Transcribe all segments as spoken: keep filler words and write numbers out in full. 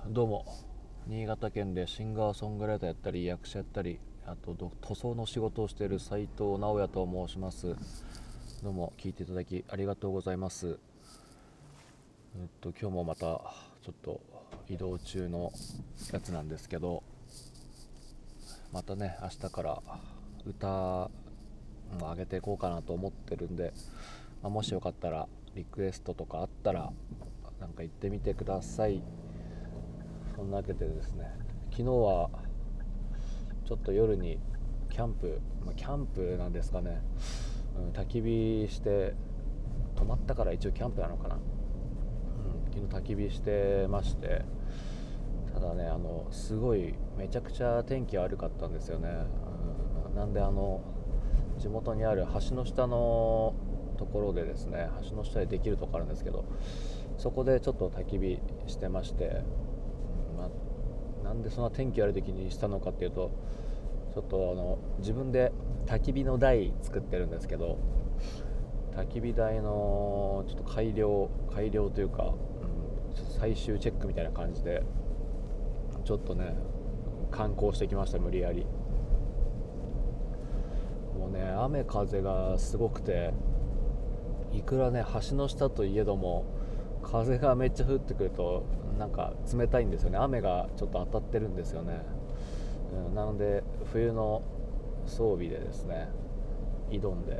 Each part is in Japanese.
どうも、新潟県でシンガーソングライターやったり役者やったり、あとど塗装の仕事をしている斉藤直也と申します。どうも聞いていただきありがとうございます。えっと今日もまたちょっと移動中のやつなんですけど、またね明日から歌も上げていこうかなと思ってるんで、まあ、もしよかったらリクエストとかあったらなんか言ってみてください。そんなわけでですね、昨日はちょっと夜にキャンプ、まあ、キャンプなんですかね、うん、焚き火して泊まったから一応キャンプなのかな、うん、昨日焚き火してまして、ただねあのすごいめちゃくちゃ天気悪かったんですよね、うん、なんであの地元にある橋の下のところでですね、橋の下でできるとこあるんですけど、そこでちょっと焚き火してまして、うんまあ、なんでそんな天気悪い時にしたのかっていうと、ちょっとあの自分で焚き火の台作ってるんですけど、焚き火台のちょっと改良改良というか、うん、最終チェックみたいな感じでちょっとね観光してきました。無理やりもうね雨風がすごくて、いくらね橋の下といえども風がめっちゃ降ってくるとなんか冷たいんですよね。雨がちょっと当たってるんですよね、うん、なので冬の装備でですね挑んで、はい、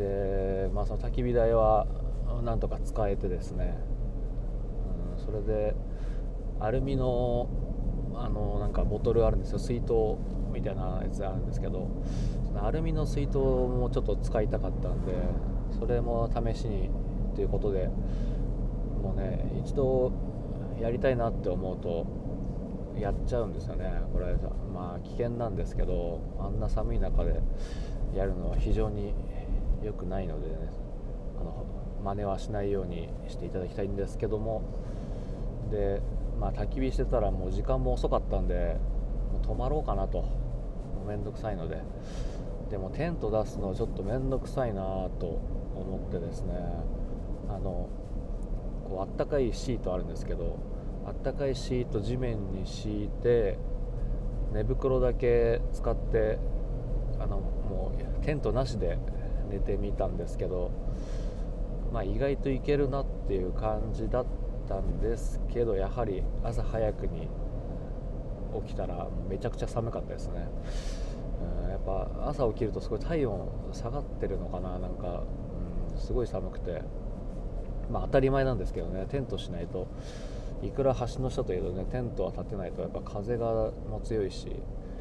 で、まあ、その焚き火台はなんとか使えてですね、うん、それでアルミのあのなんかボトルあるんですよ、水筒みたいなやつあるんですけど、そのアルミの水筒もちょっと使いたかったんで、それも試しにということで、もうね一度やりたいなって思うとやっちゃうんですよね。これまあ危険なんですけど、あんな寒い中でやるのは非常に良くないのでね、あの真似はしないようにしていただきたいんですけども、で、まあ、焚き火してたらもう時間も遅かったんで、もう泊まろうかなと、もうめんどくさいので、でもテント出すのちょっとめんどくさいなと思ってですね、あのこうあったかいシートあるんですけど、あったかいシート地面に敷いて寝袋だけ使ってあのもうテントなしで寝てみたんですけど、まあ意外といけるなっていう感じだったんですけど、やはり朝早くに起きたらめちゃくちゃ寒かったですね。うん、やっぱ朝起きるとすごい体温下がってるのかな、なんか、うん、すごい寒くて、まあ当たり前なんですけどね、テントしないと、いくら橋の下といえどねテントは立てないとやっぱ風がも強いし、うん、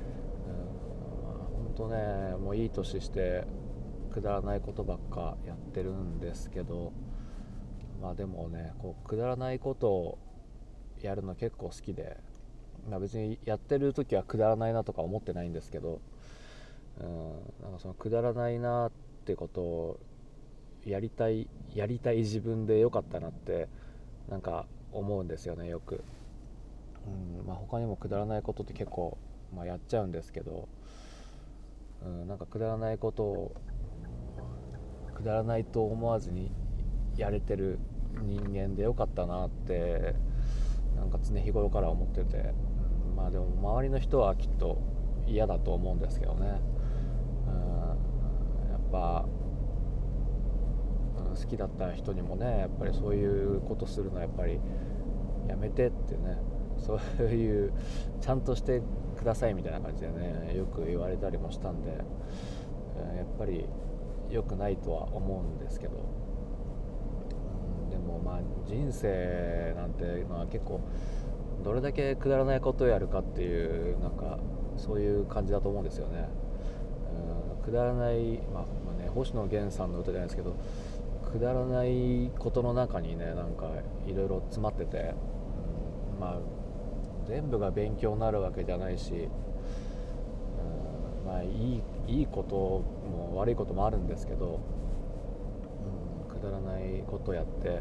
本当ねもういい年してくだらないことばっかやってるんですけど、まあでもねこうくだらないことをやるの結構好きで、まあ、別にやってる時はくだらないなとか思ってないんですけど、うん、なんかそのくだらないなってことをやりたいやりたい自分でよかったなってなんか思うんですよね、よく。うんまあ、他にもくだらないことって結構、まあ、やっちゃうんですけど、うん、なんかくだらないことをくだらないと思わずにやれてる人間でよかったなってなんか常日頃から思ってて、うん、まあでも周りの人はきっと嫌だと思うんですけどね、うん、やっぱ、うん、好きだった人にもねやっぱりそういうことするのはやっぱりやめてってね、そういうちゃんとしてくださいみたいな感じでねよく言われたりもしたんで、やっぱり良くないとは思うんですけど、うん、でもまあ人生なんていうのは結構どれだけくだらないことをやるかっていうなんかそういう感じだと思うんですよね、うん、くだらない、まあ、まあね星野源さんの歌じゃないですけど、くだらないことの中にねなんかいろいろ詰まってて、うん、まあ全部が勉強になるわけじゃないし、うん、まあいい、いいことも悪いこともあるんですけど、うん、くだらないことやって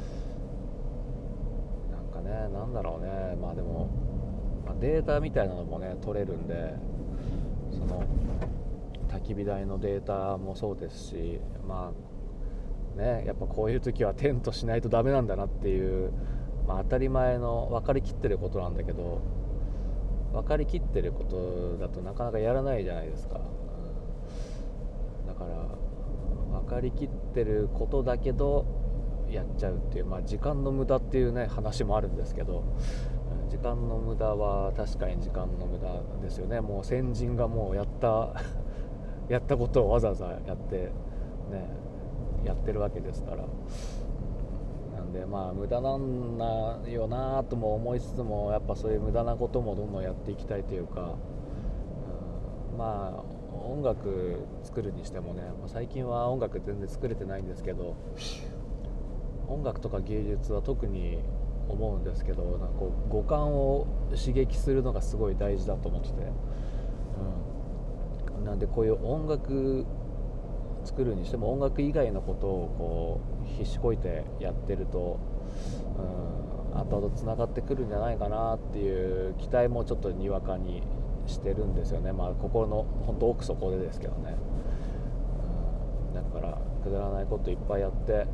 なんかねなんだろうね、まあでも、まあ、データみたいなのもね取れるんで、その焚き火台のデータもそうですし、まあねやっぱこういう時はテントしないとダメなんだなっていうまあ、当たり前の分かりきってることなんだけど、分かりきってることだとなかなかやらないじゃないですか。だから分かりきってることだけどやっちゃうっていう、まあ、時間の無駄っていうね話もあるんですけど、時間の無駄は確かに時間の無駄ですよね。もう先人がもうやったやったことをわざわざやってねやってるわけですから、なんでまあ無駄なんだよなとも思いつつも、やっぱそういう無駄なこともどんどんやっていきたいというか、うん、まあ音楽作るにしてもね、最近は音楽全然作れてないんですけど、音楽とか芸術は特に思うんですけど、なんかこう五感を刺激するのがすごい大事だと思ってて、うん、なんでこういう音楽作るにしても音楽以外のことをこう必死こいてやってると、うん、後々つながってくるんじゃないかなっていう期待もちょっとにわかにしてるんですよね。まあ心の本当奥底でですけどね、うん、だからくだらないこといっぱいやって、うん、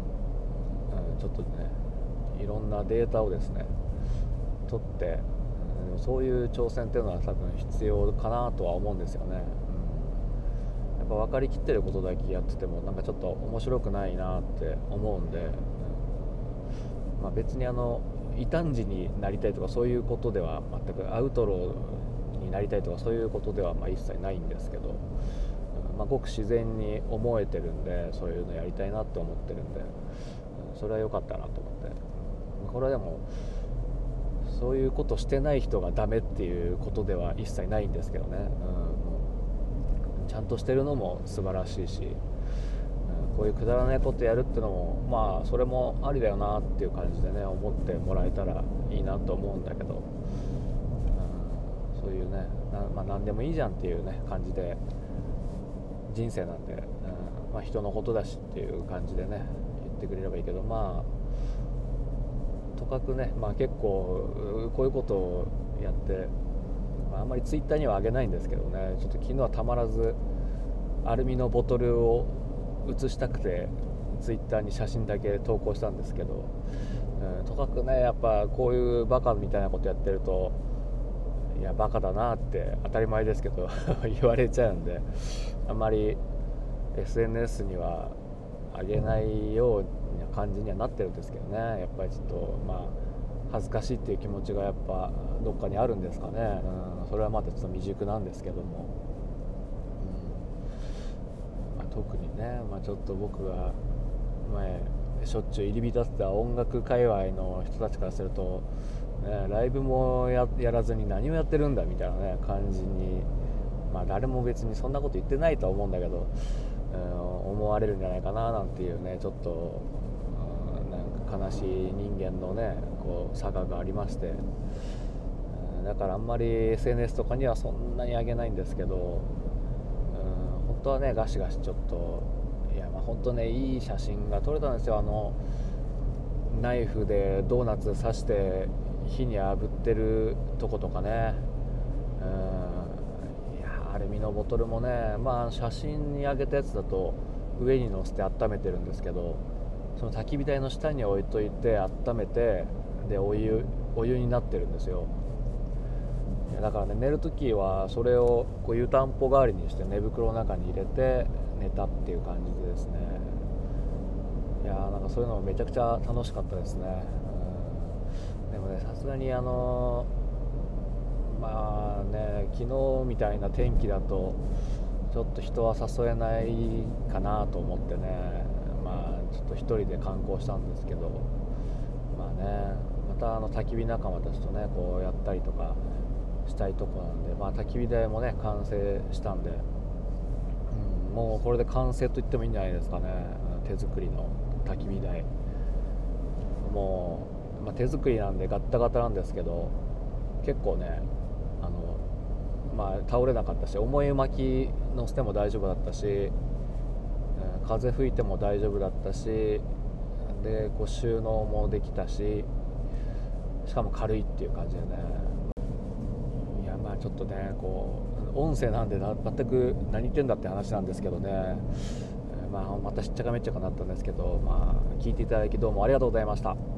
ちょっとねいろんなデータをですね取って、うん、そういう挑戦っていうのは多分必要かなとは思うんですよね。やっぱ分かりきってることだけやっててもなんかちょっと面白くないなって思うんで、うんまあ、別にあの異端児になりたいとかそういうことでは全く、アウトローになりたいとかそういうことではまあ一切ないんですけど、うんまあ、ごく自然に思えてるんで、そういうのやりたいなって思ってるんで、うん、それは良かったなと思って、うん、これはでもそういうことしてない人がダメっていうことでは一切ないんですけどね、うん、ちゃんとしてるのも素晴らしいし、うん、こういうくだらないことやるってのもまあそれもありだよなっていう感じでね思ってもらえたらいいなと思うんだけど、うん、そういうねな、まあ、何でもいいじゃんっていうね感じで、人生なんで、うんまあ、人のことだしっていう感じでね言ってくれればいいけど、まあとかくね、まあ、結構こういうことをやって、まあ、あんまりツイッターには上げないんですけどね、ちょっと昨日はたまらずアルミのボトルを写したくてツイッターに写真だけ投稿したんですけど、うん、とかくねやっぱこういうバカみたいなことやってると、いやバカだなって当たり前ですけど言われちゃうんで、あんまり エスエヌエス には上げないような感じにはなってるんですけどね、やっぱりちょっとまあ恥ずかしいっていう気持ちがやっぱどっかにあるんですかね、うん、それはまたちょっと未熟なんですけども、うんまあ、特にね、まあ、ちょっと僕が前しょっちゅう入り浸ってた音楽界隈の人たちからすると、ね、ライブも や, やらずに何をやってるんだみたいな、ね、感じに、まあ誰も別にそんなこと言ってないとは思うんだけど、うん、思われるんじゃないかななんていうね、ちょっと、うん、なんか悲しい人間のねこう差ががありまして、うん、だからあんまり エスエヌエス とかにはそんなに上げないんですけど、うん、本当はねガシガシちょっと、いやまあ本当ねいい写真が撮れたんですよ。あのナイフでドーナツ刺して火に炙ってるとことかね、うん、いやアルミのボトルもね、まあ写真に上げたやつだと上に乗せて温めてるんですけど、その焚き火台の下に置いといて温めて、でお湯お湯になってるんですよ。だからね寝るときはそれをこう湯たんぽ代わりにして寝袋の中に入れて寝たっていう感じでですね、いやーなんかそういうのもめちゃくちゃ楽しかったですね。うんでもねさすがにあのー、まあね昨日みたいな天気だとちょっと人は誘えないかなと思ってね、まあちょっと一人で観光したんですけど、まあねまたあの焚き火仲間たちとねこうやったりとかしたいとこなんで、まあ焚き火台もね完成したんで、うん、もうこれで完成と言ってもいいんじゃないですかね。手作りの焚き火台もう、まあ、手作りなんでガッタガタなんですけど、結構ねあの、まあ、倒れなかったし、重い巻き乗せても大丈夫だったし、風吹いても大丈夫だったし、でこう収納もできたし、しかも軽いっていう感じでね、いやまあちょっとねこう音声なんでな全く何言ってんだって話なんですけどね、まあ、またしっちゃかめっちゃかなったんですけど、まあ、聞いていただきどうもありがとうございました。